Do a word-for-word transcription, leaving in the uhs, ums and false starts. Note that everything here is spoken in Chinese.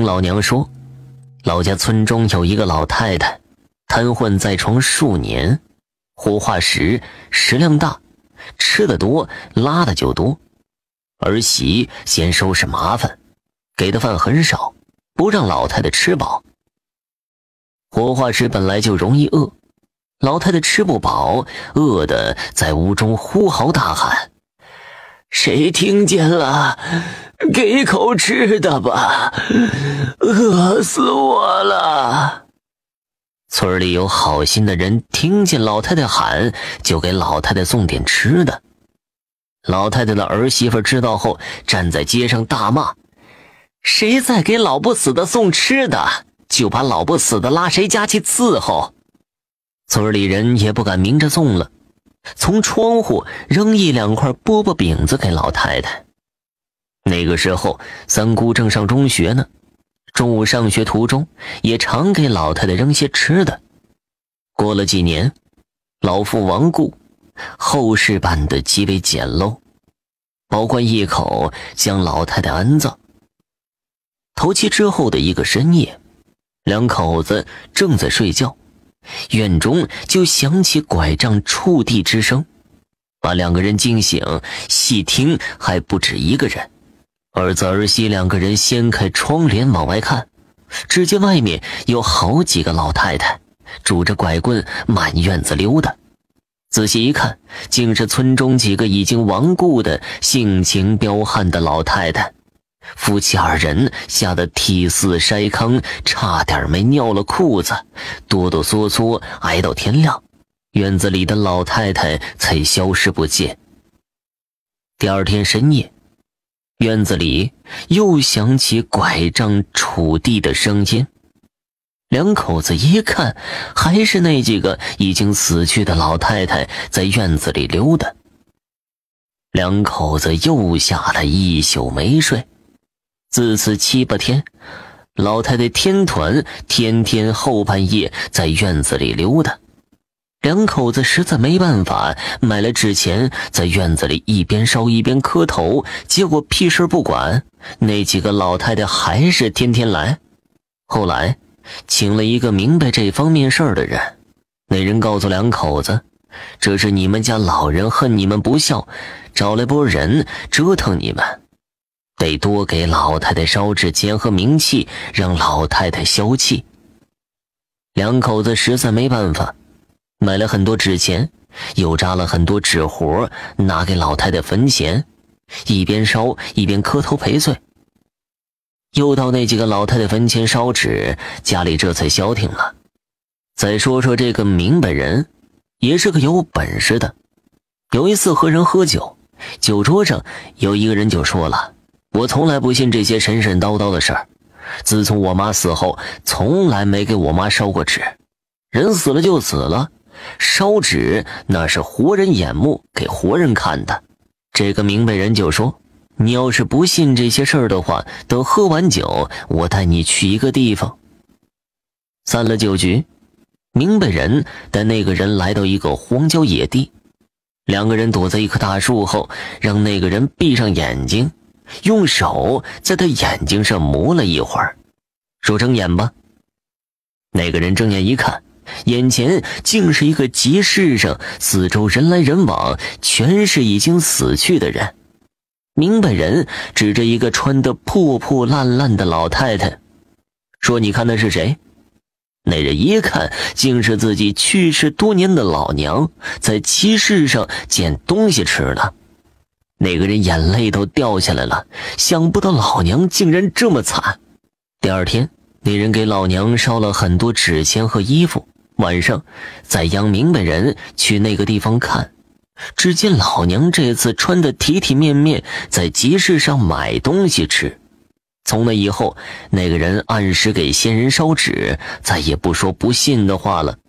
听老娘说，老家村中有一个老太太，瘫痪在床数年，活化时食量大，吃得多拉的就多。儿媳嫌收拾麻烦，给的饭很少，不让老太太吃饱。活化时本来就容易饿，老太太吃不饱，饿得在屋中呼嚎大喊：谁听见了？给口吃的吧，饿死我了。村里有好心的人听见老太太喊，就给老太太送点吃的。老太太的儿媳妇知道后，站在街上大骂：谁再给老不死的送吃的，就把老不死的拉谁家去伺候。村里人也不敢明着送了，从窗户扔一两块饽饽饼子给老太太。那个时候三姑正上中学呢，中午上学途中也常给老太太扔些吃的。过了几年，老父亡故，后事办得极为简陋，保官一口将老太太安葬。头七之后的一个深夜，两口子正在睡觉，院中就响起拐杖触地之声，把两个人惊醒，细听还不止一个人。儿子儿媳两个人掀开窗帘往外看，只见外面有好几个老太太拄着拐棍满院子溜达。仔细一看，竟是村中几个已经亡故的性情彪悍的老太太。夫妻二人吓得涕泗筛糠，差点没尿了裤子，哆哆嗦嗦挨到天亮，院子里的老太太才消失不见。第二天深夜，院子里又响起拐杖触地的声音。两口子一看，还是那几个已经死去的老太太在院子里溜达。两口子又吓得一宿没睡。自此七八天，老太太天团天天后半夜在院子里溜达。两口子实在没办法，买了纸钱，在院子里一边烧一边磕头，结果屁事不管，那几个老太太还是天天来。后来请了一个明白这方面事儿的人，那人告诉两口子，这是你们家老人恨你们不孝，找来波人折腾你们，得多给老太太烧纸钱和冥器，让老太太消气。两口子实在没办法，买了很多纸钱，又扎了很多纸活，拿给老太太坟前，一边烧一边磕头赔罪。又到那几个老太太坟前烧纸，家里这才消停了。再说说这个明白人，也是个有本事的。有一次和人喝酒，酒桌上有一个人就说了，我从来不信这些神神叨叨的事儿，自从我妈死后，从来没给我妈烧过纸。人死了就死了，烧纸那是活人眼目，给活人看的。这个明白人就说，你要是不信这些事儿的话，等喝完酒，我带你去一个地方。散了酒局，明白人带那个人来到一个荒郊野地，两个人躲在一棵大树后，让那个人闭上眼睛，用手在他眼睛上磨了一会儿，说睁眼吧。那个人睁眼一看，眼前竟是一个集市上，四周人来人往，全是已经死去的人。明白人指着一个穿得破破烂烂的老太太，说你看那是谁？那人一看，竟是自己去世多年的老娘，在集市上捡东西吃了。那个人眼泪都掉下来了，想不到老娘竟然这么惨。第二天，那人给老娘烧了很多纸钱和衣服，晚上再央明白人去那个地方看。只见老娘这次穿得体体面面，在集市上买东西吃。从那以后，那个人按时给先人烧纸，再也不说不信的话了。